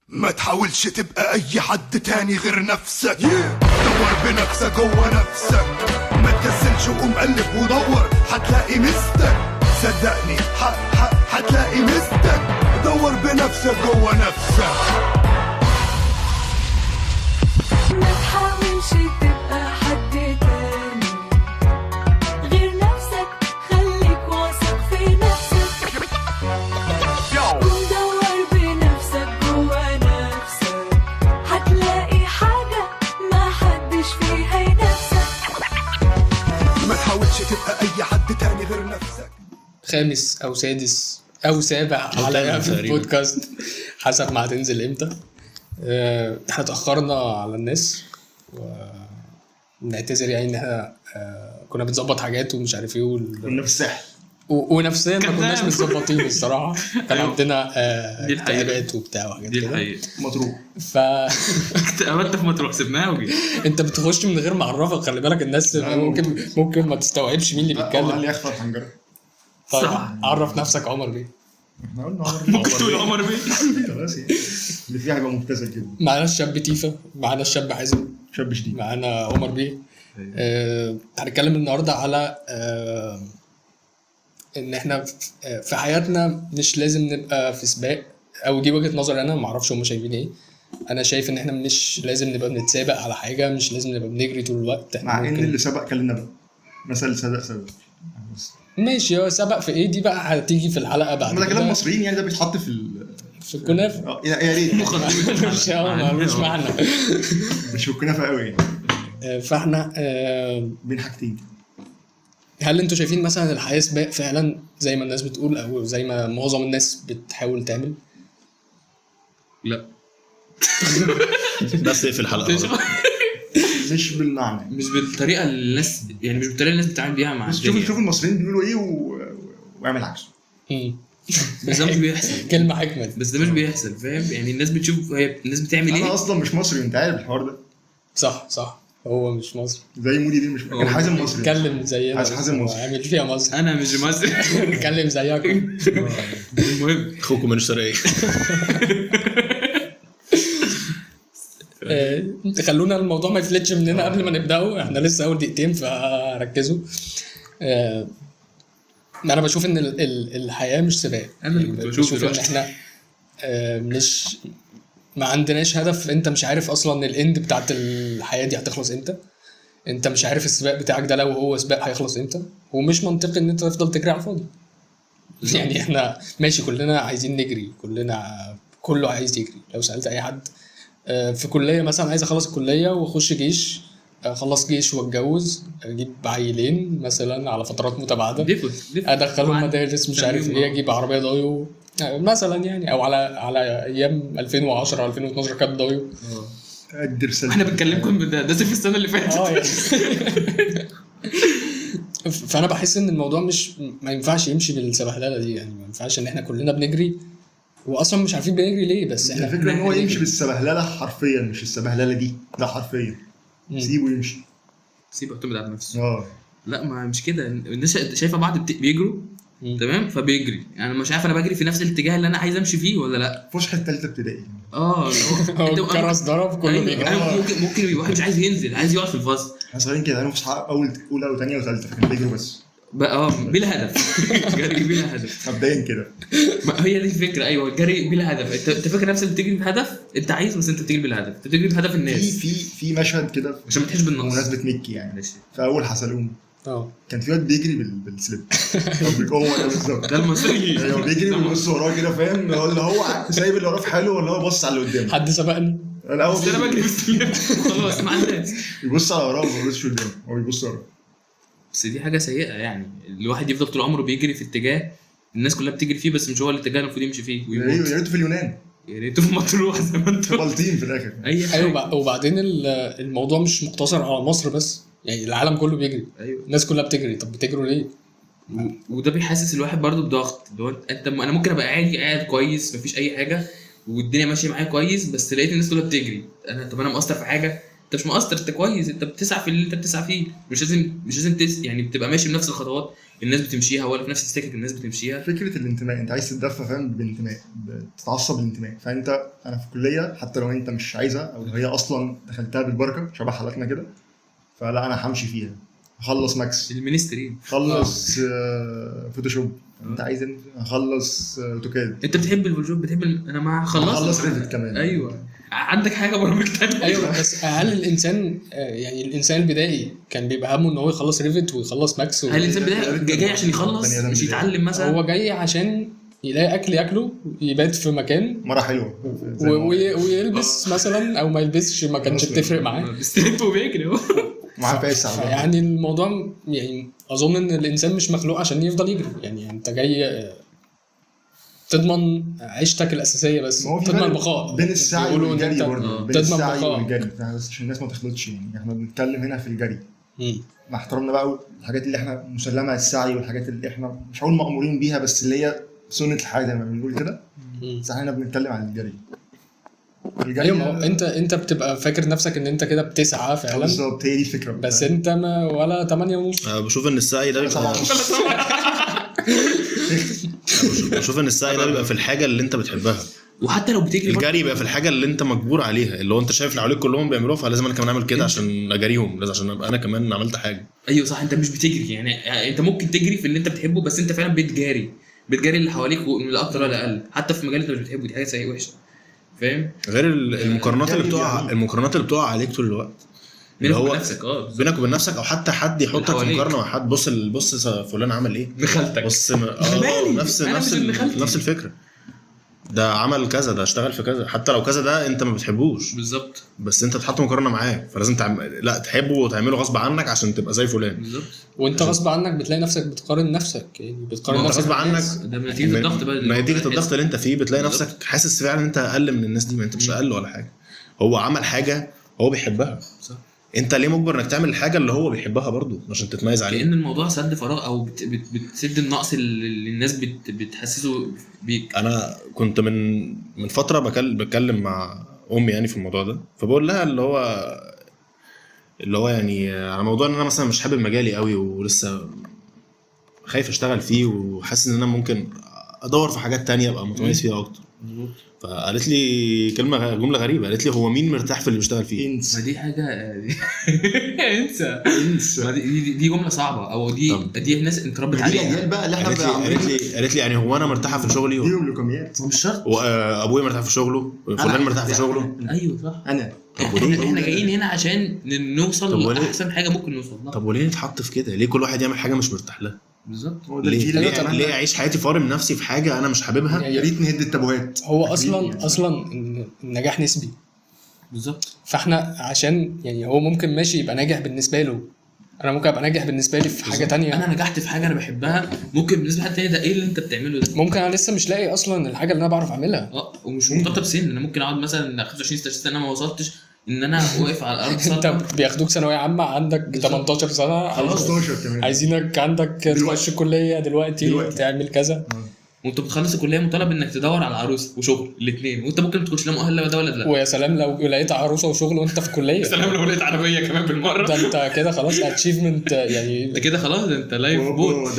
ما تحاولش تبقى اي حد تاني غير نفسك. دور بنفسك جوه نفسك، ما تكسلش وقوم قلب ودور هتلاقي مستك. صدقني هتلاقي مستك. دور بنفسك جوه نفسك. ما تحاولش تبقى حد تاني غير نفسك. خليك واثق في نفسك. قوم دور بنفسك جوا نفسك، هتلاقي حاجة ما حدش فيها ينافسك. ما تحاولش تبقى اي حد تاني غير نفسك. خامس او سادس او سابع على في البودكاست حسب ما هتنزل امتى. احنا اتأخرنا على الناس ونعتذر يعني ان احنا كنا بنظبط حاجات ومش عارف ايه كنا في الساحل ونفسيا ما كناش متظبطين الصراحه. كان عندنا اكتئابات وبتاع وحاجات دي كده. الحقيقة. مطروح. اكتئبت في مطروح سبناها وجي. انت بتخش من غير ما اعرفك، خلي بالك الناس ممكن ما تستوعبش مين اللي قال بيتكلم. لي اخطر حنجره. طيب صح. عرف نفسك عمر بيه. احنا قلنا عمر ممكن تقول عمر بيه. خلاص يعني اللي فيها هيبقى مبتذل كده. معانا الشاب تيفا، معانا الشاب حازم، شاب جديد. معانا عمر بيه. هنتكلم النهارده على ان احنا في حياتنا مش لازم نبقى في سباق، او دي وجهة نظر انا، ما اعرفش هم شايفين ايه. انا شايف ان احنا مش لازم نبقى بنتسابق على حاجه، مش لازم نبقى بنجري طول الوقت. مع ان اللي سبق كلنا بقى مثل سبق ماشي، هو سبق في ايه دي بقى هتيجي في الحلقه بعد ده كلام مصريين يعني، ده بيتحط في الكنافه. يا ريت مش معنى مش في الكنافه قوي يعني. فاحنا بين حاجتين. هل انتوا شايفين مثلا الحياه سباق فعلا زي ما الناس بتقول، او زي ما معظم الناس بتحاول تعمل؟ لا بس في الحلقه مش بالمعنى، مش بالطريقه اللي الناس يعني، مش بالطريقه اللي الناس بتتعامل بيها مع بس الدنيا. شوف المصريين بيقولوا ايه واعمل عكسه. بس ده مش بيحصل. كلمه حكمه. بس ده مش بيحصل، فاهم يعني؟ الناس بتشوف هي الناس بتعمل ايه. انا اصلا مش مصري وانت عارف الحوار ده. صح هو مش مصري. زي مودي دي مش كان حازم مصري. اتكلم زينا. حازم مصري. عامل فيها مصري. انا مش مصري. اتكلم زيكم. المهم اخوكم من الشرقيه. تخلونا الموضوع ما يفلتش مننا قبل ما نبداه، احنا لسه اول دقيقتين فركزوا. انا بشوف ان الحياه مش سباق. انا اللي كنت بشوف ان دلوقتي. احنا مش ما عندناش هدف. انت مش عارف اصلا الاند بتاعت الحياه دي هتخلص امتى. انت مش عارف السباق بتاعك ده لو هو سباق هيخلص امتى، ومش منطقي ان انت تفضل تجري على الفاضي. يعني احنا ماشي كلنا عايزين نجري، كله عايز يجري. لو سألت اي حد في كلية مثلا، عايز اخلص الكلية واخش جيش، اخلص جيش واتجوز، اجيب عيلين مثلا على فترات متباعدة، ادخلهم مدارس مش عارف ايه، اجيب عربية دايو مثلا يعني، او على ايام 2010 2012 كانت دايو. احنا بنكلمكم ده في السنة اللي فاتت. يعني. فانا بحس ان الموضوع ما ينفعش يمشي بالسبهلله دي. يعني ما ينفعش ان احنا كلنا بنجري واصلا مش عارفين بنجري ليه. بس احنا الفكره ان هو يمشي بالسبهلله حرفيا، مش السبهلله دي، لا حرفيا. سيبه يمشي، سيبه يعتمد على نفسه. لا ما مش كده. الناس شايفه بعض بيجروا تمام، فبيجري. يعني مش عارف انا بجري في نفس الاتجاه اللي انا عايز امشي فيه ولا لا. فشخه ثالثه ابتدائي. هو الكرس ضرب كله بيجري. ممكن يبقى واحد مش عايز ينزل، عايز يقعد في الفصل. احنا صغيرين كده، انا في اولى وثانيه وثالثه، فكانوا بيجروا بس بقى بلا هدف. جري بلا هدف مبدئيا كده. هي دي الفكره. ايوه الجري بلا هدف. انت فاكر نفسك بتجري بهدف انت عايز، بس انت بتجري بلا هدف. انت بتجري بهدف الناس. في مشهد كده عشان ما تحسش بالنقص. بمناسبه ميكي يعني، في اول حسلوم كان في واد بيجري بالسليب. هو ده بالظبط، ده المصري. ايوه بيجري ويبص وراه كده، فاهم؟ ولا هو سايب اللي وراه في حاله، ولا هو بص على اللي قدامه. حد سبقني انا بجري بالسليب وخلاص مع الناس. يبص على وراه، ما بيبصش قدامه، هو بيبص وراه. بس دي حاجه سيئه يعني. الواحد يفضل طول عمره بيجري في اتجاه الناس كلها بتجري فيه، بس مش هو الاتجاه المفروض يمشي فيه يا ريته في اليونان، يا ريته في مطروح زي ما انت بلطيم في الاخر. ايوه. وبعدين الموضوع مش مقتصر على مصر بس، يعني العالم كله بيجري. ايوه الناس كلها بتجري. طب بتجروا ليه؟ وده بيحسس الواحد برضو بضغط. لو انا ممكن ابقى قاعد كويس، مفيش اي حاجه والدنيا ماشيه معايا كويس، بس لقيت الناس كلها بتجري. طب انا مقصر في حاجه؟ انت مش مقصر، انت كويس، انت بتسعى في اللي انت بتسعى فيه. مش لازم يعني بتبقى ماشي بنفس الخطوات الناس بتمشيها، ولا في نفس السكك الناس بتمشيها. فكره الانتماء، انت عايز تتدفى فاهم بالانتماء، بتتعصب بالانتماء. انا في الكليه حتى لو انت مش عايزها او لو هي اصلا دخلتها بالبركه شبه حالتنا كده، فلا انا همشي فيها، اخلص ماكس، المينستري، اخلص فوتوشوب، انت عايز اخلص اوتوكاد. انت بتحب الفوتوشوب، بتحب انا ما هخلص ريفت كمان. ايوه عندك حاجه برامج تانية. ايوه بس هل الانسان يعني الانسان البدائي كان بيبقى همه ان هو يخلص ريفت ويخلص ماكس هل الانسان جاي عشان يخلص مش يتعلم مثلا؟ هو جاي عشان يلاقي اكل ياكله، يبات في مكان مرة حلوه ويلبس مثلا او ما يلبسش، ما كانش بتفرق معاه، بيستلف وبيجري اهو معاه بيسع. يعني الموضوع يعني اظن ان الانسان مش مخلوق عشان يفضل يجري. يعني انت جاي تضمن عيشتك الاساسيه، بس تضمن بقاء بين السعي والجري برضه، بين تضمن السعي بقاء والجري، بس عشان الناس ما تخلطش. يعني احنا بنتكلم هنا في الجري مع احترامنا بقى الحاجات اللي احنا مسلمه السعي، والحاجات اللي احنا مش هقول مأمورين بيها بس اللي هي سنه الحياه زي ما بنقول كده. بس احنا بنتكلم عن الجري. ايوه انت بتبقى فاكر نفسك ان انت كده بتسعى فعلا، بالظبط، هي دي الفكره. بس انت ما ولا 8:30. بشوف ان السعي ده بيبقى بشوف ان السعي ده بيبقى في الحاجه اللي انت بتحبها، وحتى لو بتجري الجري بقى في الحاجه اللي انت مجبور عليها، اللي هو انت شايف اللي حواليك كلهم بيعملوها، فلازم انا كمان اعمل كده عشان اجاريهم، لازم عشان ابقى انا كمان عملت حاجه. ايوه صح، انت مش بتجري يعني انت ممكن تجري في اللي انت بتحبه، بس انت فعلا بتجاري اللي حواليك لا اكتر ولا اقل، حتى في مجال انت مش بتحبه، دي حاجه سيئه وحشه فاهم. غير المقارنات اللي بتقع عليك طول الوقت، اللي هو نفسك بينك وبين نفسك، او حتى حد يحطك في مقارنه مع حد. بص فلان عمل ايه، بخالتك، بص نفس الفكره، ده عمل كذا، ده اشتغل في كذا، حتى لو كذا ده انت ما بتحبوش بالظبط، بس انت تحط مقارنه معاه، فلازم لا تحبه وتعمله غصب عنك عشان تبقى زي فلان بالظبط. وانت غصب عنك بتلاقي نفسك بتقارن نفسك، يعني بتقارن نفسك غصب عنك. ده نتيجه الضغط بقى، نتيجه الضغط اللي انت فيه بتلاقي نفسك حاسس فعلا ان انت اقل من الناس دي، ما انت مش اقل ولا حاجه. هو عمل حاجه هو بيحبها، صح. انت ليه مجبر انك تعمل الحاجه اللي هو بيحبها برضو عشان تتميز عليه؟ لان الموضوع سد فراغ، او بتسد النقص اللي الناس بتحسسه بيك. انا كنت من فتره بتكلم مع امي يعني في الموضوع ده، فبقول لها اللي هو يعني على موضوع ان انا مثلا مش حابب مجالي قوي ولسه خايف اشتغل فيه، وحاسس ان انا ممكن ادور في حاجات تانية ابقى متميز فيها اكتر. فقالت لي جمله غريبه، قالت لي هو مين مرتاح في اللي بيشتغل فيه؟ ما دي حاجه انسى دي جمله صعبه، او دي الناس انت ربت عليها بقى اللي احنا قالت لي يعني هو انا مرتاحه في شغلي، دي لوكميات مش شرط، وابويا مرتاح في شغله، فلان مرتاح في شغله. ايوه صح. انا احنا جايين هنا عشان نوصل لاحسن حاجه ممكن نوصل لها. طب وليه نتحط في كده؟ ليه كل واحد يعمل حاجه مش مرتاح لها؟ بالظبط. ليه اعيش حياتي فارم نفسي في حاجه انا مش حاببها؟ يا ريت نهد التابوهات. هو اصلا النجاح نسبي، بالظبط. فاحنا عشان يعني هو ممكن ماشي يبقى ناجح بالنسبه له، انا ممكن ابقى ناجح بالنسبه لي في حاجه تانية. انا نجحت في حاجه انا بحبها، ممكن بالنسبه لحد تاني ده ايه اللي انت بتعمله ده؟ ممكن انا لسه مش لاقي اصلا الحاجه اللي انا بعرف اعملها. ومش مرتبط بسن، انا ممكن اقعد مثلا 25 16 سنه ما وصلتش ان انا واقف على الارض. انت بياخدوك ثانويه عامه عندك 18 سنه، 15 كمان، عايزينك عندك تخش كليه دلوقتي تعمل كذا، وانت بتخلص الكليه مطالب انك تدور على عروسه وشغل الاثنين، وانت ممكن ما تكونش لا مؤهل لا ده ولا ده. ويا سلام لو لقيت عروسه وشغل وانت في كليه. يا سلام لو لقيت عربيه كمان بالمره، ده انت كده خلاص اتشيفمنت، يعني انت كده خلاص انت لايف بوت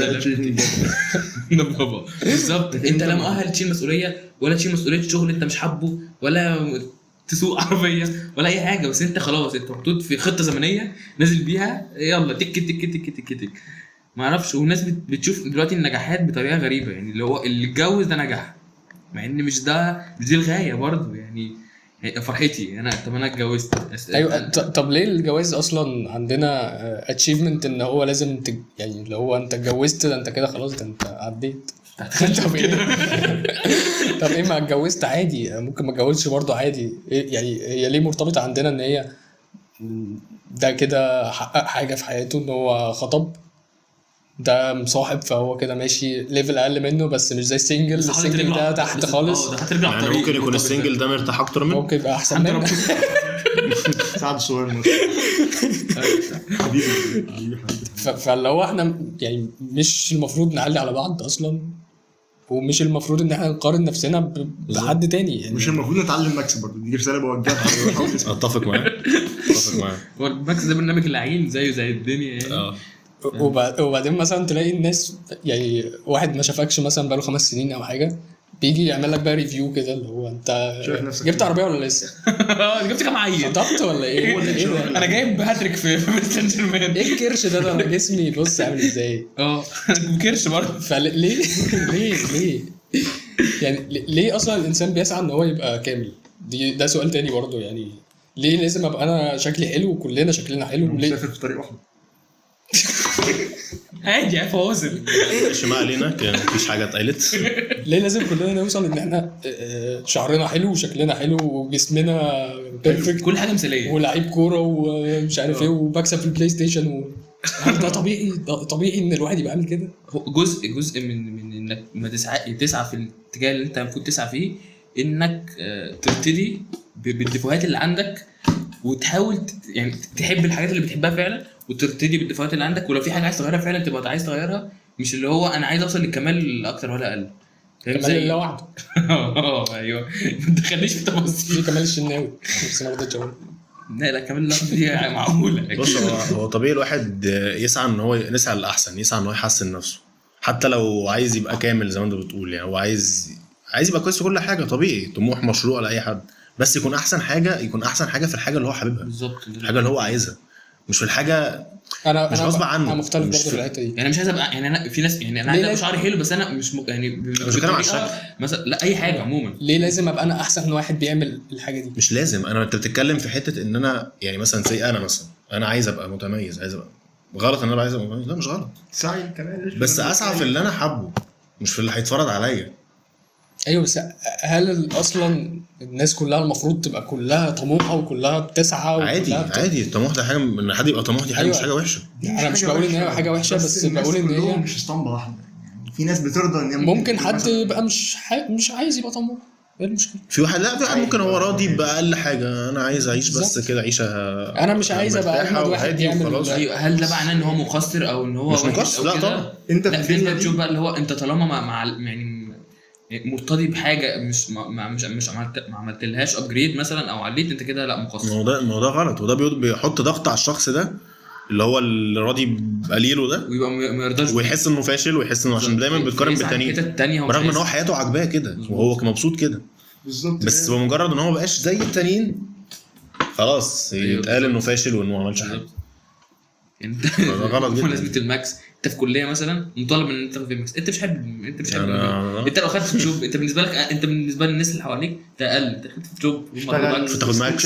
ده بابا. بالظبط، انت لا مؤهل تشيل مسؤوليه، ولا تشيل مسؤوليه شغل انت مش حابه، ولا تسوق عربيه ولا اي حاجه، بس انت خلاص انت محطوط في خطه زمنيه نازل بيها، يلا تك تك تك تك تك ما اعرفش. والناس بتشوف دلوقتي النجاحات بطريقه غريبه، يعني اللي هو اللي اتجوز ده نجح، مع ان مش دي الغايه برضه. يعني فرحتي انا، طب انا اتجوزت. ايوه طب ليه الجواز اصلا عندنا اتشيفمنت ان هو لازم يعني اللي هو انت اتجوزت ده انت كده خلاص، ده انت عديت. طب ايه طب ايه ما اتجوزت عادي، ممكن ما اتجوزش برضه عادي. يعني هي ليه مرتبطه عندنا ان هي ده كده حقق حاجه في حياته، ان هو خطب، ده مصاحب، فهو كده ماشي ليفل اقل منه، بس مش زي السنجل ده تحت خالص. يعني ممكن يكون السنجل ده مرتاح اكتر منه، ممكن يبقى احسن منه. سعد صغير فاللي هو احنا يعني مش المفروض نعلي على بعض اصلا ومش المفروض ان احنا نقارن نفسنا بحد تاني يعني. مش المفروض نتعلم مكسب برضه، دي رساله بوجهها. اتفق معاك. هو الماكس ده برنامج العين زيه زي الدنيا يعني. وبعدين مثلا تلاقي الناس يعني واحد ما شافكش مثلا بقاله 5 سنين او حاجه، بيجي يعمل لك بقى ريفيو كده اللي هو انت جبت عربيه ولا لسه؟ جبت كام عيل؟ خطبت ولا ايه؟ ايه ده؟ انا جايب هاتريك في سان جيرمان. ايه الكرش ده انا جسمي بص عامل ازاي. كرش برضه. فليه ليه يعني ليه اصلا الانسان بيسعى ان هو يبقى كامل؟ ده سؤال تاني برضه يعني. ليه لازم ابقى انا شكلي حلو وكلنا شكلنا حلو؟ ليه مسافر في طريق واحد عادي يا فواصل مش ما علينا كان مفيش حاجه اتقالت. ليه لازم كلنا نوصل ان احنا شعرنا حلو وشكلنا حلو وجسمنا بيرفكت كل حاجه مثاليه ولاعيب كوره ومش عارف ايه وبكسب في البلاي ستيشن هل ده طبيعي؟ طبيعي ان الواحد يبقى عامل كده؟ جزء من انك ما تسعى في الاتجاه اللي انت المفروض تسعى فيه، انك تبتدي بالديفوهات اللي عندك وتحاول يعني تحب الحاجات اللي بتحبها فعلا وترتدي بالديفوهات اللي عندك، ولو في حاجه عايز تغيرها فعلا تبقى عايز تغيرها، مش اللي هو انا عايز اوصل للكمال اكتر ولا اقل. كمال الله وحده. ايوه ما تدخلنيش في تفاصيل. في كمال الشناوي بس ما رضيتش اقول. لا كمال الله دي معقوله. بص هو طبيعي الواحد يسعى ان هو نسعى للاحسن، يسعى ان هو يحسن نفسه حتى لو عايز يبقى كامل زي ما انت بتقول يعني. هو عايز يبقى كويس في كل حاجه، طبيعي طموح مشروع لاي حد، بس يكون احسن حاجه في الحاجه اللي هو حاببها بالظبط، الحاجه اللي هو عايزها، مش في الحاجه انا مش غصب عنه. انا مختلف برضه في الحته دي يعني. مش عايز ابقى يعني انا في ناس يعني انا عايز ابقى شعري حلو بس انا مش يعني مش بتكلم على الشكل مثلا، لا اي حاجه عموما. ليه لازم ابقى انا احسن واحد بيعمل الحاجه دي؟ مش لازم. انت بتتكلم في حته ان انا يعني مثلا انا مثلا انا عايز ابقى متميز، عايز ابقى غلط ان انا عايز ابقى متميز؟ لا مش غلط، سعي كمان، بس اسعى في اللي انا حابه مش في اللي هيتفرض عليا. ايوه بس هل اصلا الناس كلها المفروض تبقى كلها طموحه وكلها بتسعى؟ عادي الطموح ده حاجه، ان حد يبقى طموح دي حاجه. أيوة. مش حاجه وحشه. انا مش بقول ان هي حاجه وحشه، بس بقول ان هي مش اسطمبه واحده يعني. في ناس بترضى ان هي ممكن حد يبقى مش عايز يبقى طموح. ايه المشكله؟ في واحد ممكن هو راضي باقل حاجه، انا عايز اعيش بس كده عيشه، انا مش عايز ابقى اجمد واحد يعمل. هل ده معناه ان هو مقصر او ان هو مش مقصر؟ لا طبعا. انت في ناس بتشوف بقى اللي هو انت طالما مع يعني مرتضي بحاجه مش ما عملتلهاش ابجريد مثلا او عليت انت كده، لا مقصر. ما ده غلط، وده بيحط ضغط على الشخص ده اللي هو اللي راضي بقليله ده، ويبقى ما يرضاش ويحس انه فاشل، ويحس انه عشان دايما بيتقارن بالتانيين برغم ان هو حياته عاجباه كده وهو مبسوط كده بالظبط. بس بمجرد ان هو ما بقاش زي التانيين خلاص يتقال انه فاشل وانه ما عملش حاجه. انت غلط جدا. بمناسبه الماكس، انت في كليه مثلا مطالب ان انت تاخد الماكس، انت مش حابب انت لو خدت فوتوشوب انت بالنسبه للناس اللي حواليك ده اقل. انت خدت فوتوشوب تاخد ماكس،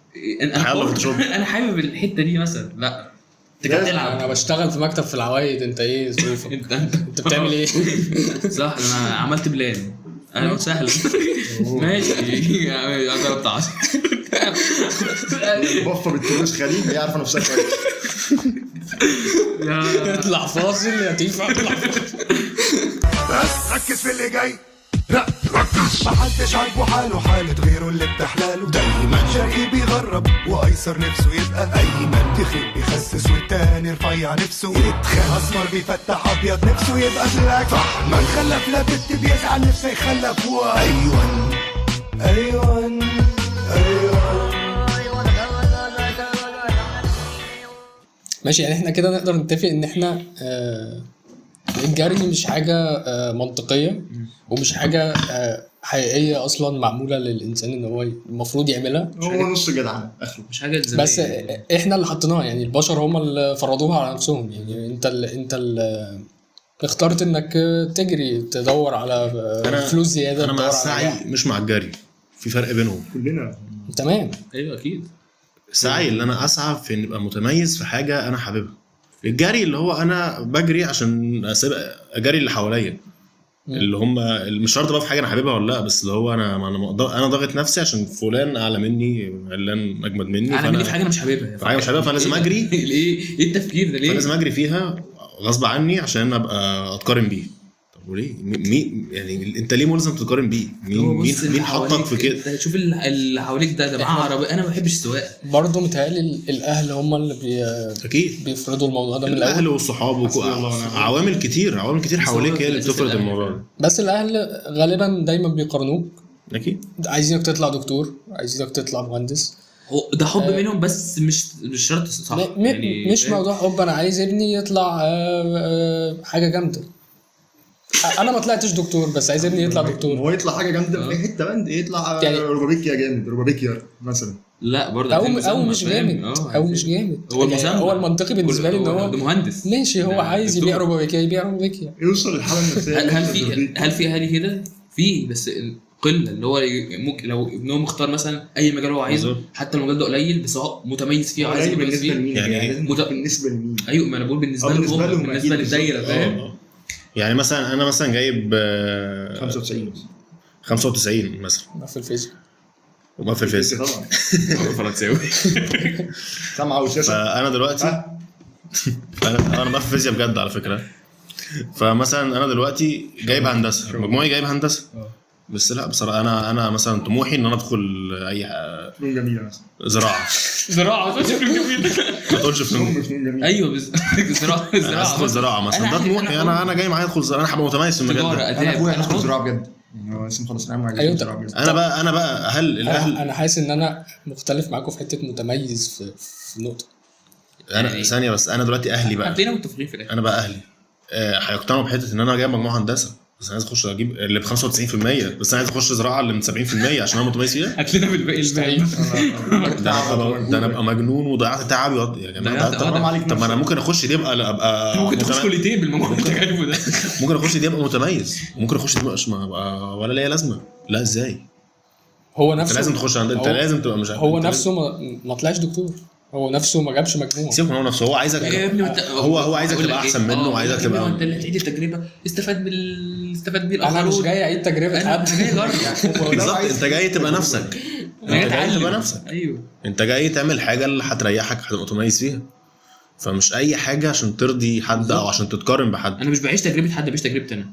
انا حابب الحته دي مثلا. لا انت كده بتلعب. انا بشتغل في مكتب في العوايد، انت ايه ظروفك؟ انت بتعمل ايه؟ صح انا عملت بلان انا سهل ماشي اجرب تعصب بفه بالتروس خليل هي عارفه نفسها كويس. يطلع فاصل يا تيفا اطلع بس ركز في اللي جاي، لا ركز. محدش عاجبه حاله حالة غيره اللي بتحلاله. دايما شرقي بيغرب وايسر نفسه يبقى ايمن، تخين بيخسس والتاني رفيع نفسه يتخان، اسمر بيفتح ابيض نفسه يبقى بلاك. من خلف لا بنت بيزعل نفسه يخلف. ايوان ايوان ايوان ماشي. يعني احنا كده نقدر نتفق ان احنا الجري مش حاجة منطقية ومش حاجة حقيقية اصلا معمولة للانسان ان هو المفروض يعملها. هو نص جدعان اخره، مش حاجة زمان. بس احنا اللي حطيناها يعني، البشر هم اللي فرضوها على نفسهم يعني. انت اللي اخترت انك تجري تدور على فلوس زيادة. انا مع السعي مش مع الجري، في فرق بينهم كلنا. تمام ايوه اكيد. السعي اللي انا اسعى في ان ابقى متميز في حاجه انا حاببها. الجري اللي هو انا بجري عشان اجري اللي حواليا، اللي هم مش شرط بقى في حاجه انا حاببها ولا لا، بس اللي هو انا ضاغط نفسي عشان فلان اعلى مني، علان اجمد مني، اعلى مني في حاجه مش حاببها، في حاجه مش حاببها، فلازم اجري. ايه التفكير ده ليه؟ فلازم اجري فيها غصب عني عشان ابقى اتقارن بيه. وليه مين يعني انت ليه ملزم تقارن بيه؟ هو مين بص مين اللي حطك حواليك، في كده؟ انت شوف اللي حواليك ده معاه عربيه، انا ما بحبش السواقه. برضه متهيألي الاهل هم اللي اكيد بيفرضوا الموضوع ده من الاهل الاول. والصحاب عوامل كتير حواليك هي اللي بتفرض الموضوع ده. بس الاهل غالبا دايما بيقارنوك، اكيد عايزينك تطلع دكتور، عايزينك تطلع مهندس. هو ده حب منهم بس مش شرط صح يعني. مش موضوع حب، انا عايز ابني يطلع حاجه جامده. انا ما طلعتش دكتور بس عايز ابني يطلع دكتور. هو يطلع حاجه جامده في اي حته بند، يطلع يعني- روبابيكيا جامد، روبابيكيا مثلا. لا برضه او مش جامد، او مش جامد. هو يعني المسمى. هو المنطقي بالنسبه لي ان هو ده مهندس ماشي، هو ده عايز دكتور. يبيع روبابيكيا يبيع روبابيكيا. يوصل للحاله النفسيه. هل في اهالي كده؟ في بس قله، اللي هو ممكن لو ابنهم مختار مثلا اي مجال هو عايزه، بالظبط. حتى المجال ده قليل بس هو متميز فيه وعايز يبقى بالنسبه فيه. لمين يعني بالنسبه لمين؟ ايوه ما انا بقول بالنسبه لهم، بالنسبة لهم بالنسبه أكيد. للدايره فاهم. يعني مثلا انا مثلا جايب 95 95 مثلا في الفيزياء. وما في الفيزياء طبعا فرنساوي. سامعه وشاشه. فانا دلوقتي انا بقى في الفيزياء بجد على فكره. فمثلا انا دلوقتي جايب هندسه، مجموعي جايب هندسه، بس لا بصراحه انا مثلا طموحي ان انا ادخل اي فنون جميله مثلا. زراعه زراعه ما تقولش فنون. فنون جميله. ايوه زراعه ادخل زراعه مثلا، ده طموحي. انا جاي معايا ادخل زراعه، انا هبقى متميز في المجال تجاره ده. انا اداب ابويا انا هيدخل زراعه بجد، يعني هو لسه مخلص نعمه أيوة. زراعه بجد. انا بقى هل الاهل انا حاسس ان انا مختلف معاكم في حته متميز في النقطه. انا ثانيه بس، انا دلوقتي اهلي بقى، هتلاقينا متفقين في الاخر. انا بقى اهلي هيقتنعوا بحته ان انا جايب مجموعه هندسه بس انا عايز اخش اجيب اللي ب 95%، بس انا عايز اخش زراعه اللي من 70% عشان انا متميز فيها. هتلاقينا بالباقي الباقي. ده انا ابقى مجنون وضيعت تعبي يا جماعه. طب ما انا ممكن اخش دي ابقى ممكن تخش كليتين بالمجموع اللي انت جايبه ده. ممكن اخش دي ابقى متميز، ممكن اخش دي مش ولا ليا لازمه. لا ازاي؟ هو انت نفسه لازم تخش عند انت لازم تبقى مش هو نفسه ما طلعش دكتور، هو نفسه ما جابش مجموع. سيبك من هو نفسه، هو عايزك يا ابني هو عايزك تبقى احسن منه وعايزك تبقى. انت اللي هتعيد التجربه، استفاد بيه انا الاخرون. مش جاي اعيد تجربه انا حد. جاي اجرب. بالظبط، انت جاي تبقى نفسك، انا جاي انت جاي تبقى اتعلم نفسك، ايوه. انت جاي تعمل حاجه اللي هتريحك، هتبقى متميز فيها. فمش اي حاجه عشان ترضي حد او عشان تتقارن بحد. انا مش بعيش تجربه حد، بعيش تجربتي انا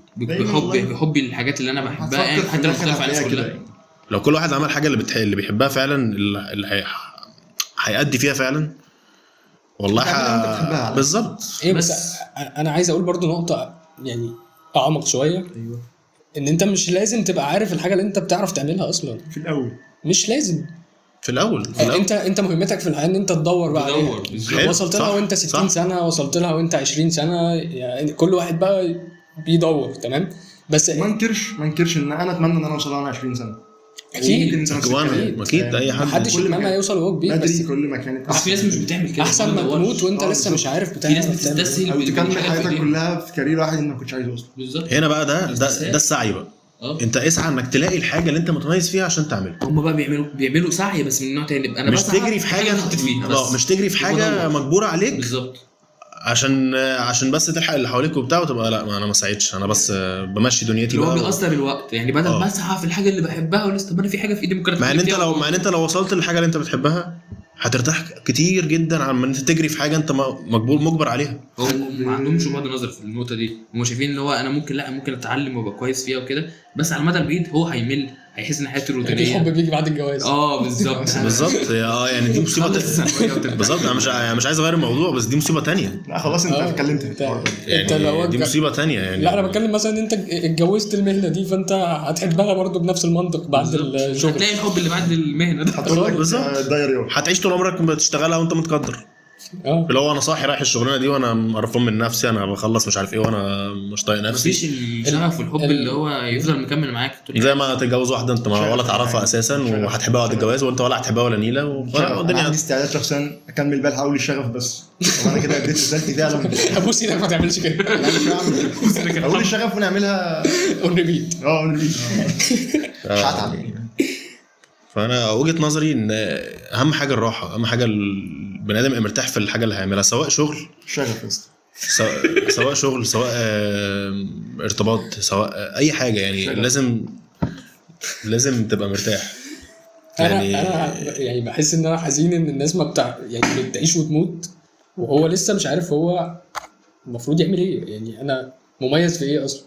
بحبي الحاجات اللي انا بحبها، يعني هتفكر حتى لو في مختلف عن الآخر الناس هتلاقيها كلها. كده. لو كل واحد عمل حاجه اللي بيحبها فعلا، اللي هيأدي فيها فعلا، والله تعمل اللي انت بتحبها. بالظبط. ايه بس انا عايز اقول برضو نقطه يعني اعمق شويه. ايوه ان انت مش لازم تبقى عارف الحاجه اللي انت بتعرف تعملها اصلا، في الاول. مش لازم. في الاول انت مهمتك في الحياه ان انت تدور بقى عليها. تدور، بالظبط. وصلت لها صح، وانت 60 صح. سنه، وصلت لها وانت 20 سنه، يعني كل واحد بقى بيدور. تمام بس ما انكرش ان انا اتمنى ان انا اوصل وانا 20 سنه. اكيد وممكن سنة اكيد اي حد. محدش كل يتمنى ما يوصل وهو كبير، بس بدري كل ما كانت بس في ناس مش بتعمل كده، احسن ما تموت وانت اه لسه مش بالظبط. عارف في ناس بتعمل إيه. بتستسهل او تكمل بالحاجات حياتك دي. كلها في كارير واحد انت ما كنتش عايز توصل. بالظبط. هنا بقى ده السعي بقى. انت اسعى انك تلاقي الحاجه اللي انت متميز فيها عشان تعملها. هم بقى بيعملوا سعي بس من نوع تاني. انا مش بسعى تجري في حاجه أنا حطيت فيها بس. مش تجري في حاجه بدور. مجبوره عليك بالظبط. عشان بس تلحق اللي حواليك وبتاع، وتبقى لا ما انا ما ساعدتش، انا بس بمشي دنيتي اللي هو بقى. بيأثر الوقت، يعني بدل ما اسعى في الحاجه اللي بحبها ولسه طب انا في حاجه في ايدي ممكن مع ان أتكلم فيها. انت لو وصلت للحاجه اللي انت بتحبها هترتاح كتير جدا عن ما انت تجري في حاجه انت مجبر عليها. هم ما عندهمش بعد نظر في النقطه دي، هم شايفين ان هو انا ممكن اتعلم وابقى كويس فيها وكده، بس على المدى البعيد هو هيمل، هيحس ان حياته يعني روتينيه. الحب بيجي بعد الجواز. بالظبط. بالظبط يعني دي مصيبه بالظبط. انا مش عايز اغير الموضوع، بس دي مصيبه تانية. لا خلاص انت اتكلمت في الحوار ده. انت لو دي مصيبه تانية يعني. لا انا بتكلم مثلا ان انت اتجوزت المهنه دي، فانت هتحبها برضو بنفس المنطق بعد الشغل. هتلاقي الحب اللي بعد المهنه ده. هتقول لك بالظبط. دايري هتعيش طول عمرك بتشتغلها وانت متقدر. اللي هو انا صاحي رايح الشغلانه دي وانا قرفان من نفسي، انا بخلص مش عارف ايه وانا مش طايق نفسي. مفيش الشغف والحب اللي هو يفضل مكمل معاك زي ما تتجوز واحده انت ولا تعرفها اساسا وهتحبها بعد الجواز، وانت ولا هتحبها ولا نيله انا والدنيا. عندي استعداد شخصيا اكمل بقى حاول الشغف بس. طب انا كده اديت رسالتي فعلا. ابوس ايدك ما تعملش كده. لا مش هعمل. اقول الشغف ونعملها اونريبيت. مش هتعب يعني. فانا وجهه نظري ان اهم حاجه الراحه، اهم حاجه البني ادم مرتاح في الحاجه اللي هيعملها، سواء شغل شغف بس، سواء شغل، سواء ارتباط، سواء اي حاجه يعني شغل. لازم تبقى مرتاح. انا يعني بحس ان انا حزين ان الناس ما يعني بتعيش وتموت وهو لسه مش عارف هو المفروض يعمل ايه. يعني انا مميز في ايه اصلا؟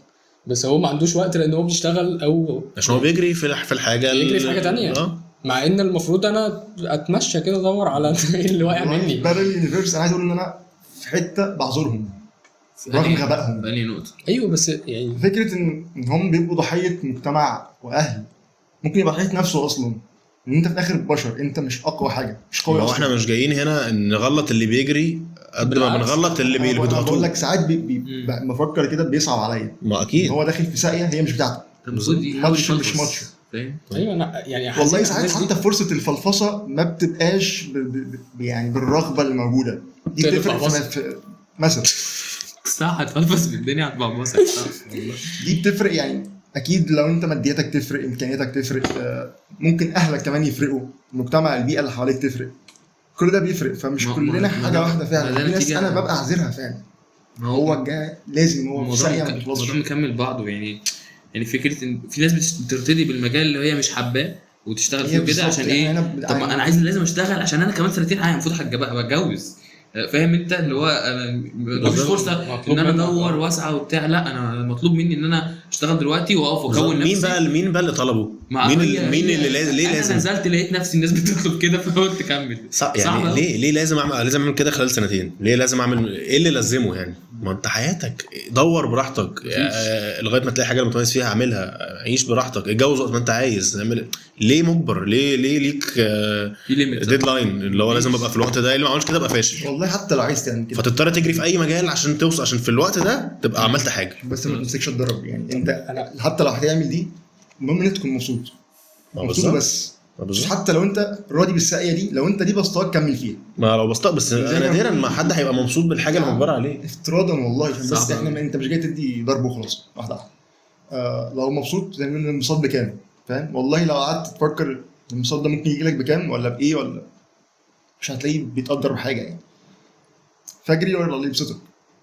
بس هو ما عندوش وقت لان هو بيشتغل او عشان هو بيجري في الحاجه بيجري في حاجه تانية. مع ان المفروض انا اتمشى كده ادور على ايه اللي واقع مني. بارل يونيفرس انا عايز اقول ان انا في حته بعذرهم رغم غبائهم. بقى نقطه. ايوه بس يعني فكره ان هم بيبقوا ضحيه مجتمع واهل، ممكن يبقى ضحيه نفسه اصلا. ان انت في الاخر بشر، انت مش اقوى حاجه، مش قوي هو اصلا. احنا مش جايين هنا نغلط اللي بيجري قد ما بنغلط اللي أنا بقول بيضغطوه. لك ساعات بفكر كده بيصعب عليا. ما اكيد هو داخل في ساقيه هي مش بتاعته، المفروض ماتش مش ماتش. فاهم. ايوه انا يعني والله حاسس ساعات الناس دي حتى فرصه الفلفصه ما بتبقاش يعني بالرغبه اللي موجوده دي. تقلب بتفرق بعبصة. في مثلا صح هتفلفص بالدنيا هتبعبصك والله. دي بتفرق يعني. اكيد لو انت مادياتك تفرق، امكانياتك تفرق، ممكن اهلك كمان يفرقوا، المجتمع البيئه اللي حواليك تفرق، كل ده بيفرق. فمش كلنا حاجه واحده فعلا. في ناس انا ببقى اعذرها فعلا، هو الجاي لازم هو في ساقيه ما بيخلصش. الموضوع مكمل بعضه يعني فكره ان في ناس بترتدي بالمجال اللي هي مش حباه وتشتغل فيه كده عشان ايه. طب ما انا لازم اشتغل عشان انا كمان سنتين المفروض هبقى اتجوز. فاهم انت اللي هو مفيش فرصه ان انا ادور واسعى وبتاع. لا انا مطلوب مني ان انا اشتغل دلوقتي واقف واكون نفسي. مين بقى اللي طلبه؟ مين اللي ليه انا لازم؟ نزلت لقيت نفسي الناس بتطلب كده فقلت تكمل. يعني ليه لازم اعمل كده خلال سنتين؟ ليه لازم اعمل ايه اللي لازمه يعني؟ ما انت حياتك دور براحتك لغايه ما تلاقي حاجه متميز فيها اعملها، عيش براحتك، اتجوز وقت ما انت عايز. اعمل ليه مجبر؟ ليه ليك ديدلاين اللي هو لازم ابقى في الوقت ده؟ اللي ما عملش كده ابقى فاشل والله. حتى لو عايز تعمل كده فتضطر تجري في اي مجال عشان توصل، عشان في الوقت ده تبقى عملت حاجه. بس ما تمسكش تضرب يعني. انت حتى لو هتعمل دي المهم انك تكون مبسوط بس مش حتى لو انت راضي بالساقيه دي، لو انت دي بسطاك كمل فيها. ما لو بسطاك بس نادرا ما حد هيبقى مبسوط بالحاجه اللي مجبر عليه افتراضا والله. بس احنا انت مش جاي تدي ضرب وخلاص واحده واحده. لو مبسوط زي ما بنقول الانبساط بكام، فاهم؟ والله لو قعدت تفكر الانبساط ده ممكن يجي لك بكام ولا بايه، ولا مش هتلاقيه بيتقدر بحاجه يعني. فجري ولا اللي يبسطك،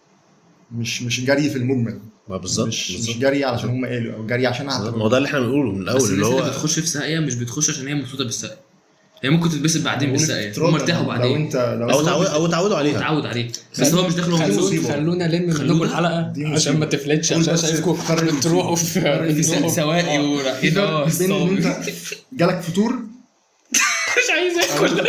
مش جري في المجمل. بالظبط مش جري علشان هم قالوا او جري عشان ما هو ده اللي احنا بنقوله من الاول. اللي هو بتخش في ساقيه مش بتخش عشان هي مبسوطه بالساقيه، هي ممكن تتبسط بعدين بالساقيه هم ارتاحوا بعدين او تعودوا عليها بس هو مش داخل. خلونا نلم منكم الحلقه عشان ما تفلتش، عشان شايفكم بتروحوا في سواقي ورايحين انت جالك فطور مش عايز اكل.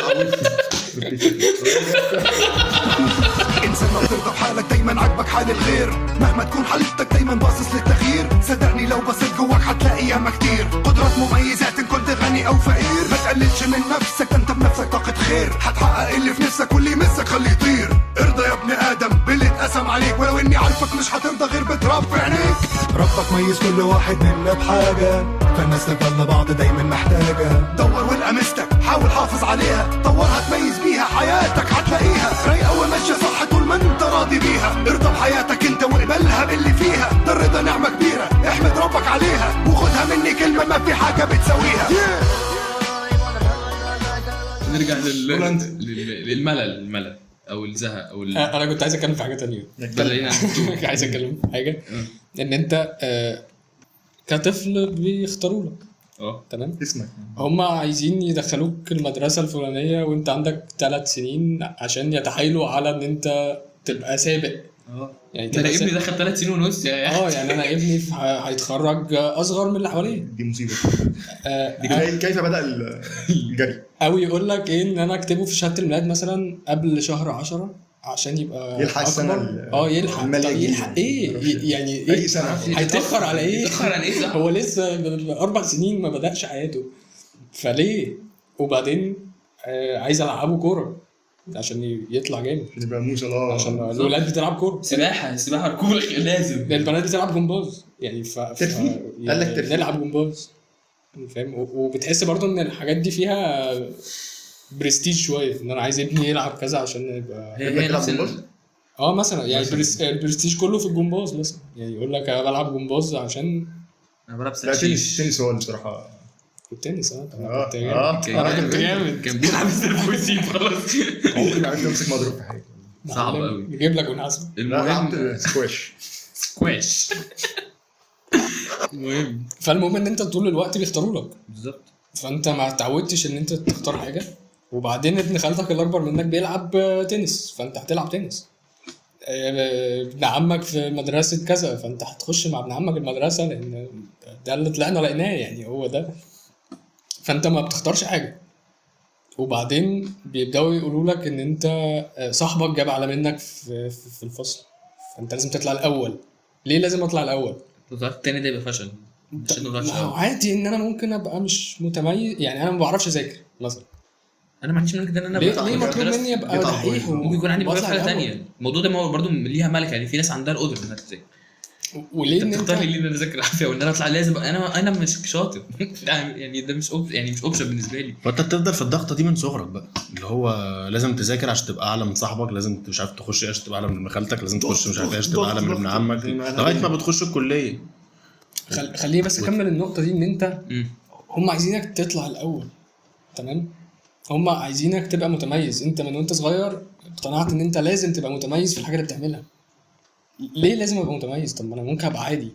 انسان ما بترضى بحالك، دايما عاجبك حال الغير، مهما تكون حالتك دايما باصص للتغيير. صدقني لو بصيت جواك هتلاقي ياما كتير قدرات مميزات ان كنت غني او فقير. ما تقللش من نفسك، انت بنفسك طاقة خير، هتحقق اللي في نفسك واللي يمسك خليه يطير. ارضى يا ابن ادم باللي اتقسم عليك، ولو اني عارفك مش هترضى غير بتراب في عينيك. ربك ميز كل واحد منا بحاجة، فالناس تفضل بعض دايما محتاجة. دور والقى مستك، حاول حافظ عليها، طورها تميز بيها حياتك هتلاقيها رايقة وماشية صح طول ما انت راضي بيها. ارضى بحياتك انت واقبلها باللي فيها، ده الرضا نعمة كبيرة احمد ربك عليها، وخدها مني كلمة ما في حاجة بتسويها. نرجع للملل او الزهق او انا كنت عايز اتكلم في حاجه تانية. عايز اتكلم في حاجه ان انت كطفل بيختاروا لك تمام اسمك، هم عايزين يدخلوك المدرسه الفلانيه وانت عندك 3 سنين عشان يتحايلوا على ان انت تبقى سابق. يعني انا ابني دخل 3 سنين ونص يعني انا ابني هيتخرج اصغر من اللي حواليه. دي مصيبه. كيف بدا الجري؟ او يقول لك ايه ان انا اكتبه في شهاده الميلاد مثلا قبل شهر 10 عشان يبقى يلحق السنه يلحق ايه يعني ايه اي سنه هيتاخر على ايه؟ ايه هو لسه 4 سنين ما بدأش حياته فليه؟ وبعدين عايز العبه كوره عشان يطلع جامد، عشان يبقى موسى. عشان الولاد بتلعب كوره، سباحه ركوب لازم، البنات بتلعب جمباز يعني قال لك نلعب جمباز فاهم. وبتحس برضو ان الحاجات دي فيها برستيج شويه، ان انا عايز ابني يلعب كذا عشان يبقى هي نفس مثلا يعني البرستيج كله في الجمباز مثلا، يعني يقول لك انا بلعب جمباز عشان انا بلعب تنس. هو بصراحه التنس انا كنت جامد، كان بيلعب سيرفوسيب خلاص. ممكن عارف تمسك مضرب في حياتك صعب قوي، نجيب لك ونحاسب. المهم سكواش المهم فالمهم ان انت طول الوقت بيختاروا لك بالظبط، فانت ما اتعودتش ان انت تختار حاجه، وبعدين ابن خالتك الاكبر منك بيلعب تنس فانت هتلعب تنس، ابن عمك في مدرسة كذا، فانت هتخش مع ابن عمك المدرسة لان ده اللي طلعنا لقيناه، يعني هو ده. فانت ما بتختارش حاجة، وبعدين بيبدأوا يقولوا لك ان انت صاحبك جاب على منك في الفصل، فانت لازم تطلع الاول. ليه لازم اطلع الاول؟ لو طلعت التاني ده يبقى فشل، مش انه طلعش ما هو الأول. عادي ان انا ممكن ابقى مش متميز، يعني انا ما بعرفش اذاكر مثلا، انا ما عنديش مشكله ان انا ليه بطلع ليه بره مطلوب الدراسة. مني ابقى جيت على دحيح البوينت. ممكن يكون عندي مشكله في وأطلع حاجه الأول؟ ثانيه. الموضوع ده برضه ليها ملكه، يعني في ناس عندها القدره انها تذاكر. وليه انت ان بتختار لي انت ليه ان انا اذاكر عافيه وان انا اطلع لازم انا مش شاطر يعني ده مش يعني مش اوبشن بالنسبه لي. فانت بتفضل في الضغطه دي من صغرك بقى، اللي هو لازم تذاكر عشان تبقى اعلى من صاحبك، لازم مش عارف تخش ايه عشان تبقى اعلى من ابن خالتك، لازم تخش مش عارف ايه عشان تبقى اعلى من ابن عمك، لغايه ما بتخش الكليه. خليني بس اكمل النقطه دي، ان انت مم. هم عايزينك تطلع الاول، تمام؟ هم عايزينك تبقى متميز. انت من وانت صغير اقتنعت ان انت لازم تبقى متميز في الحاجه اللي بتعملها. ليه لازم ابقى متميز؟ طب ما انا ممكن ابقى عادي،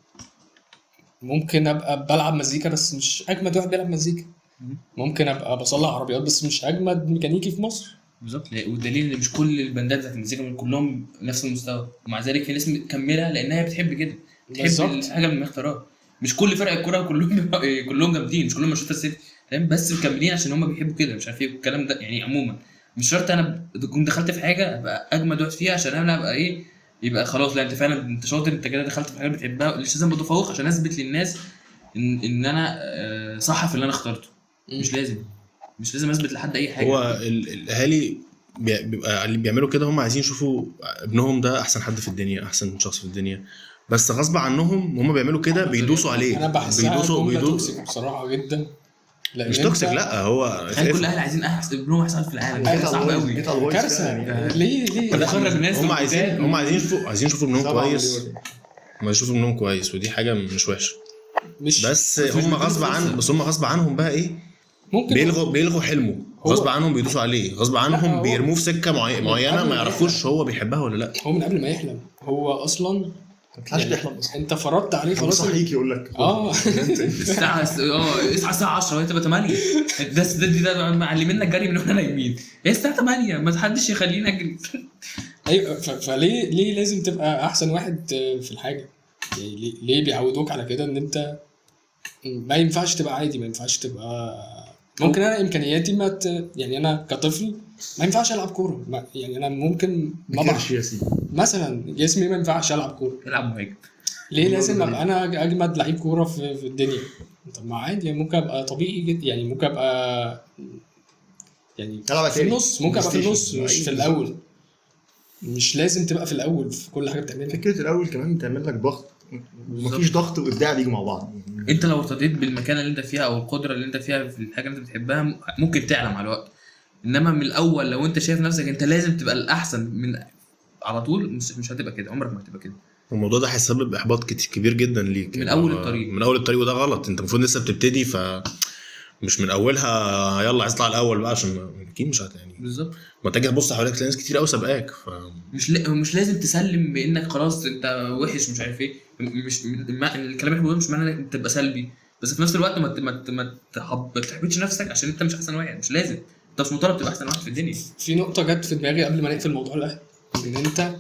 ممكن ابقى بلعب مزيكا بس مش اجمد واحد بيلعب مزيكا، ممكن ابقى بصلح عربيات بس مش اجمد ميكانيكي في مصر. بالظبط. والدليل ان مش كل البندات بتاعت المزيكا كلهم نفس المستوى، ومع ذلك في ناس مكمله لانها بتحب كده، بتحب بالظبط. الحاجه من اختراها. مش كل فرق الكوره كلهم جامدين، مش كلهم مانشستر سيتي فاهم، بس مكملين عشان هم بيحبوا كده، مش عارف ايه الكلام ده يعني. عموما مش شرط انا كنت دخلت في حاجه ابقى اجمد واحد فيها عشان انا ابقى ايه، يبقى خلاص لا انت فعلا انت شاطر، انت كده دخلت في حاجه بتحبها. مش لازم متفوق عشان اثبت للناس ان انا صح في اللي انا اخترته. مش لازم اثبت لحد اي حاجه. هو الاهالي بيبقى اللي بيعملوا كده هم عايزين يشوفوا ابنهم ده احسن حد في الدنيا، احسن شخص في الدنيا، بس غصب عنهم هم بيعملوا كده بيدوسوا عليه. انا بحسها جمله بيدوسوا توكسيك بصراحه جدا. لأن مش أنت- توكسيك، لا هو تخيل كل الاهل عايزين احسن ابنهم احسن في العالم، أيوة، ده صعب قوي. كارثه. ليه بتخرج الناس هم عايزين يشوفوا ابنهم 7 كويس، مليون. ما يشوفوا ابنهم كويس، ودي حاجه مش وحشه. مش بس مش هم بيديله غصب عن فرصة. بس هم غصب عنهم بقى ايه، ممكن بيلغوا حلمه غصب عنهم، بيدوسوا عليه غصب عنهم، هو- بيرموه في سكه معينه قبل ما ما يعرفوش هو بيحبها ولا لا. هو من قبل ما يحلم هو اصلا ما تلحقش تحلم اصلا. انت فرضت عليه خلاص خلاص. صحيك يقول لك الساعه اصحى الساعه 10 وانت بقى 8. ده معلمينا الجري من واحنا نايمين. هي الساعه 8 ما حدش يخلينا اجري. ايوه فليه لازم تبقى احسن واحد في الحاجه؟ يعني ليه بيعودوك على كده ان انت ما ينفعش تبقى عادي، ما ينفعش تبقى ممكن انا امكانياتي يعني انا كطفل ما ينفعش العب كوره، يعني انا ممكن ما كرش يا سيدي. مثلا جسمي ما ينفعش العب كوره. العب مهاجم. ليه لازم ابقى انا اجمد لعيب كوره في الدنيا؟ طب ما عادي، ممكن ابقى طبيعي جدا، يعني ممكن ابقى يعني تلعب في النص، ممكن ابقى في بلاي النص ستيشن. مش في الاول. مش لازم تبقى في الاول في كل حاجه بتعملها. فكره الاول كمان بتعمل لك ضغط، ومفيش ضغط وابداع بيجوا مع بعض. انت لو ارتضيت بالمكانه اللي انت فيها او القدره اللي انت فيها في الحاجه اللي انت بتحبها ممكن تعلى مع الوقت. انما من الاول لو انت شايف نفسك انت لازم تبقى الاحسن من على طول، مش هتبقى كده، عمرك ما هتبقى كده. الموضوع ده هيسبب احباط كبير جدا ليك من أول الطريق. من اول الطريق، وده غلط. انت المفروض لسه بتبتدي، مش من اولها يلا عايز اطلع الاول بقى، عشان اكيد مش يعني بالظبط. ما تيجي تبص حواليك تلاقي ناس كتير قوي سابقاك. مش لازم تسلم بانك خلاص انت وحش مش عارف ايه. مش الكلام اللي بقوله مش معناه انك تبقى سلبي، بس في نفس الوقت ما تحبطش نفسك عشان انت مش احسن واحد. مش لازم، انت مش مطالب تبقى احسن واحد في الدنيا. في نقطه جت في دماغي قبل ما نقفل موضوع الاهل، ان انت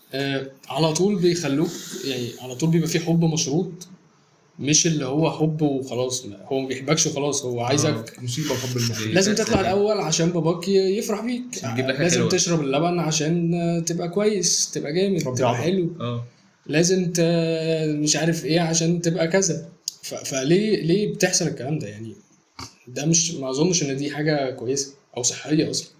على طول بيخلوك، يعني على طول بيبقى في حب مشروط، مش اللي هو حب وخلاص. لا، هو ما بيحبكش وخلاص، هو عايزك مصيبه وحب المخ. لازم تطلع الاول عشان باباك يفرح بيك، يجيب لك حاجة لازم حلوة. تشرب اللبن عشان تبقى كويس، تبقى جامد، ربي تبقى عضل. حلو، اه لازم مش عارف ايه عشان تبقى كذا. فليه بتحصل الكلام ده؟ يعني ده مش، ما اظنش ان دي حاجه كويسه او صحيه اصلا.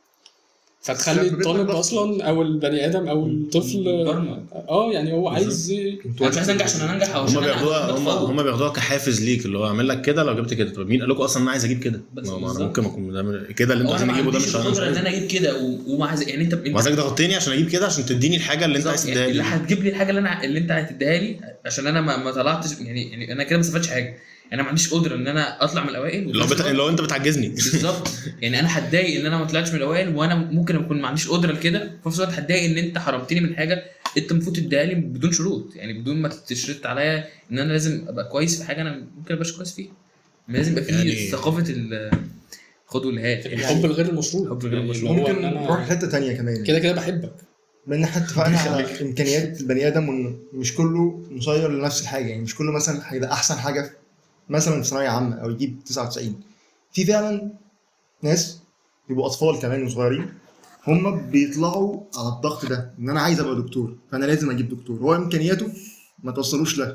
فتخلي الطالب اصلا او البني ادم او الطفل يعني هو عايز انا مش عايز انجح عشان انا انجح او عشان هم بياخدوها أتفوق. هم بياخدوها كحافز ليك، اللي هو اعمل لك كده لو جبت كده. طب مين قال لكم اصلا انا عايز اجيب كده؟ بس ما انا بالظبط. ممكن اكون ده كده اللي انتوا انا عايزين ما تجيبوا ده عنديش مش انا القدره ان عايز. انا اجيب كده وما عايز يعني انت وعايزك تغطيني عشان اجيب كده عشان تديني الحاجه اللي انت عايز تديها اللي لي. هتجيب لي الحاجه اللي انت هتديها لي عشان انا ما طلعتش يعني انا كده ما استفدتش حاجه. انا ما عنديش قدره ان انا اطلع من الاوائل اللي هو انت بتعجزني. بالظبط. يعني انا هتضايق ان انا ما طلعتش من الاوائل، وانا ممكن اكون ما عنديش قدره لكده، في نفس الوقت هتضايق ان انت حرمتني من حاجه انت المفروض تديها لي بدون شروط، يعني بدون ما تشرط عليا ان انا لازم ابقى كويس في حاجه انا ممكن ابقاش كويس فيها. لازم يبقى في يعني ثقافه خد والهات. الحب الغير المشروط. الحب الغير يعني المشروط. اللي هو ممكن إن أنا نروح لحته تانية كمان. كده بحبك، من ناحيه اتفقنا على امكانيات البني ادم، وان مش كله مسير لنفس الحاجه. يعني مش كله مثلا هيبقى احسن حاجه مثلا في ثانويه عامه او يجيب 99. في فعلا ناس بيبقوا اطفال كمان وصغيرين هم بيطلعوا على الضغط ده، ان انا عايز ابقى دكتور فانا لازم اجيب دكتور، هو امكانياته ما توصلوش له.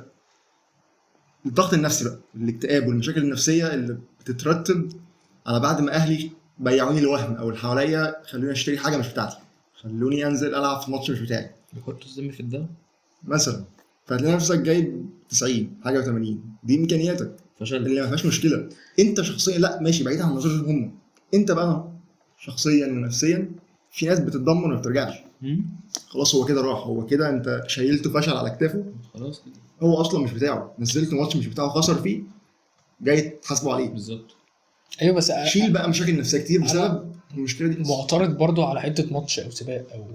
الضغط النفسي بقى، الاكتئاب والمشاكل النفسيه اللي بتترتب على بعد ما اهلي بيعوني الوهم، او اللي حواليا خلوني اشتري حاجه مش بتاعتي، خلوني انزل العب في ماتش مش بتاعي بيحطوا الذم في الدم مثلا. فتلاقي نفسك جايب 90 حاجه و80، دي امكانياتك فشل. اللي ما فيهاش مشكله. انت شخصيا لا ماشي، بعيد عن نظرهم هم، انت بقى شخصيا ونفسيا في ناس بتتدمر وما بترجعش. خلاص هو كده راح، هو كده انت شايلته فشل على كتافه، خلاص كده هو اصلا مش بتاعه، نزلت ماتش مش بتاعه خسر فيه، جاي تحاسبه عليه. بالظبط. ايوه بس شيل بقى مشاكل نفسيه كتير بسبب المشكله دي. معترض برضو على حته ماتش او سباق او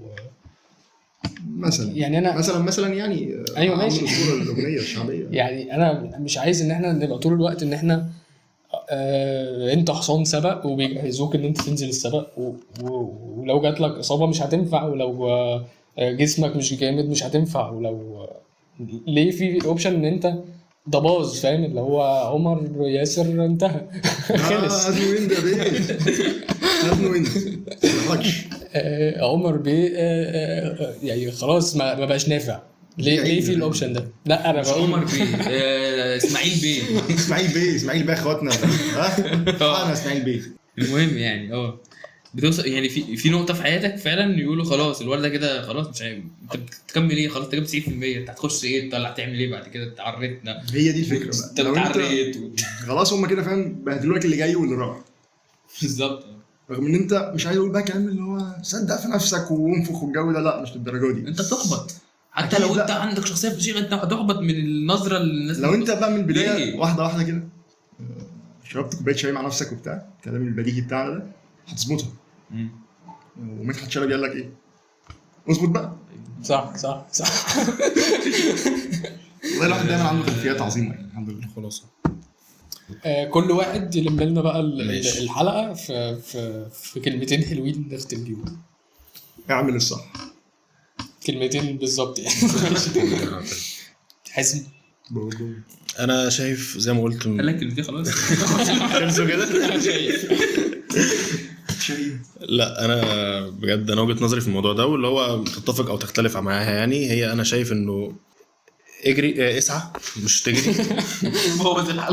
مثلا يعني انا مثلا يعني ايوه ماشي. الصوره الاغنيه الشعبيه يعني انا مش عايز ان احنا نبقى طول الوقت ان احنا انت حصان سبق وبيجهزوك ان انت تنزل السبق ولو جات لك اصابه مش هتنفع، ولو جسمك مش جامد مش هتنفع، ولو ليه في الاوبشن ان انت ده باظ، فاهم؟ اللي هو عمر ياسر انتهى خلص. هات له ويند يا بيه، هات له ويند ما تضحكش. عمر بيه يعني خلاص ما بقاش نافع. ليه في الاوبشن ده؟ لا انا مش بقول عمر بيه اسماعيل بيه. اسماعيل بيه اخواتنا، ها انا اسماعيل بيه. المهم يعني بتوصل يعني في نقطه في حياتك فعلا يقولوا خلاص الولد ده كده خلاص مش عارف انت بتكمل ايه، خلاص انت جبت 90%، انت هتخش ايه تطلع تعمل ايه بعد كده؟ انت عريتنا، هي دي الفكره بقى. انت لو انت اتعريت خلاص هم كده فاهم بهدلوا لك اللي جاي واللي راح، بالظبط. رغم ان انت مش عايز اقول بقى كلام اللي هو صدق في نفسك وانفخ والجو ده، لا مش للدرجه دي. انت تحبط حتى أكيد لو انت لا. عندك شخصيه فشيخه، انت هتحبط من النظره اللي الناس لو انت بقى من البدايه ليه؟ واحده كده شربت كوبايه شاي مع نفسك وبتاع الكلام البديهي بتاعنا ده هتظبطها. ومدحت شلبي قال لك ايه؟ اظبط بقى. صح والله الواحد دايما عنده خلفيات عظيمه يعني الحمد لله. خلاص كل واحد يلم لنا بقى ماشي. الحلقه في كلمتين حلوين نختم بيهم. اعمل الصح. كلمتين بالظبط يعني. حسن. انا شايف زي ما قلت قال لك دي خلاص خلصوا كده. لا انا بجد انا وجهة نظري في الموضوع ده، واللي هو تتفق او تختلف معاها يعني، هي انا شايف انه اجري اسعى مش تجري. بوظ الحلقه.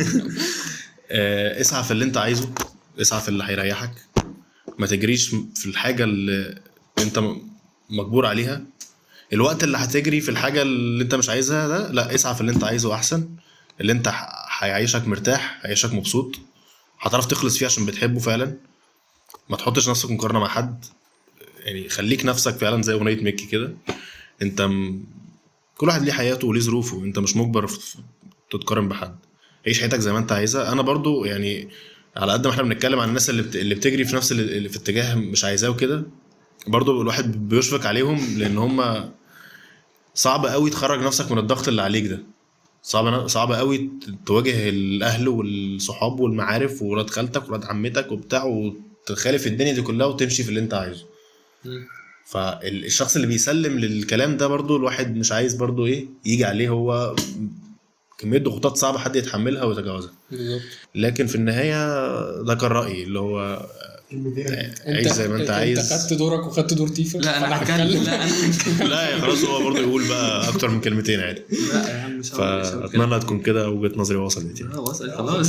اسعى في اللي انت عايزه، اسعى في اللي هيريحك، ما تجريش في الحاجة اللي انت مجبور عليها. الوقت اللي هتجري في الحاجة اللي انت مش عايزها ده لا، اسعى في اللي انت عايزه احسن، اللي انت هيعيشك مرتاح، هيعيشك مبسوط، هتعرف تخلص فيه عشان بتحبه فعلا. ما تحطش نفسك مقارنة مع حد، يعني خليك نفسك فعلا زي اغنية ميكي كده. انت كل واحد ليه حياته وليه ظروفه، انت مش مجبر تتقارن بحد، عيش حياتك زي ما انت عايزها. انا برضو يعني على قد ما احنا بنتكلم عن الناس اللي بتجري في نفس اللي في اتجاه مش عايزاه وكده، برضو الواحد بيشفق عليهم، لان هم صعب قوي تخرج نفسك من الضغط اللي عليك ده. صعب قوي تواجه الاهل والصحاب والمعارف وولاد خالتك وولاد عمتك وبتاع، وتخالف الدنيا دي كلها وتمشي في اللي انت عايزه. فالشخص اللي بيسلم للكلام ده برضو الواحد مش عايز برضو ايه يجي عليه هو كمية ضغوطات صعبة حد يتحملها ويتجاوزها. لكن في النهاية ده كان رأيي اللي هو عيش زي ما انت عايز. انت خدت دورك وخدت دور تيفا. لا انا هتكلم. لا يا خلاص هو برضه يقول بقى اكتر من كلمتين عادي. لا يا عم مش فاتمنى تكون كده وجهة نظري وصلت يعني. وصلت خلاص.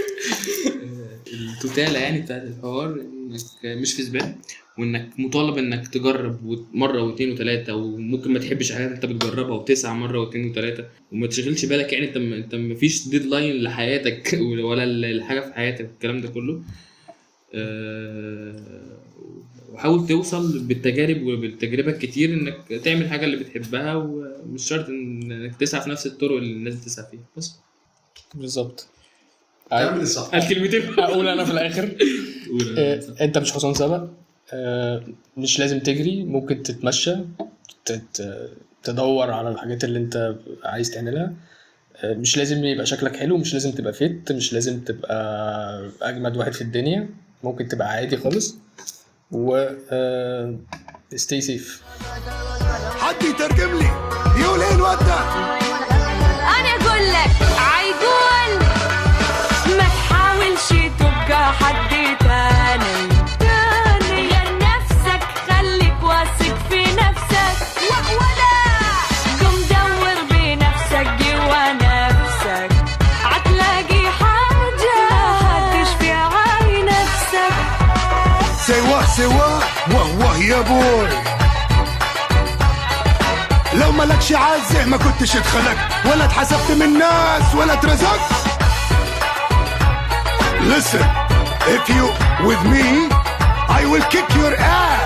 التوتالة يعني بتاعت الحوار انك مش في سباق، وانك مطالب انك تجرب مرة واثنين وثلاثة، وممكن ما تحبش حاجات انت بتجربها وتسعى مرة واثنين وثلاثة، وما تشغلش بالك يعني انت مفيش ديدلاين لحياتك ولا الحاجة في حياتك الكلام ده كله. وحاول توصل بالتجارب وبالتجربة الكتير انك تعمل حاجة اللي بتحبها، ومش شرط انك تسعى في نفس الطرق اللي الناس بتسعى فيها. بس بالظبط. اعمل الصح. الكلمتين اقول انا في الاخر. انت مش حصان سبق. مش لازم تجري، ممكن تتمشى، تدور على الحاجات اللي انت عايز تعملها. مش لازم يبقى شكلك حلو، مش لازم تبقى فيت، مش لازم تبقى اجمد واحد في الدنيا، ممكن تبقى عادي خالص. و stay safe. حد يترجم لي يقول ايه الواد ده؟ انا اقول لك عيقول ما تحاولش تبقى حد تاني غير نفسك خليك واثق في نفسك ولا قم دور بنفسك جوا نفسك عتلاقي حاجة هتشفي عاي نفسك سوا سوا واه يا بوي لو ملكش عزة ما كنتش اتخلقت ولا اتحسبت من ناس ولا اترزقت. Listen, if you with me I will kick your ass.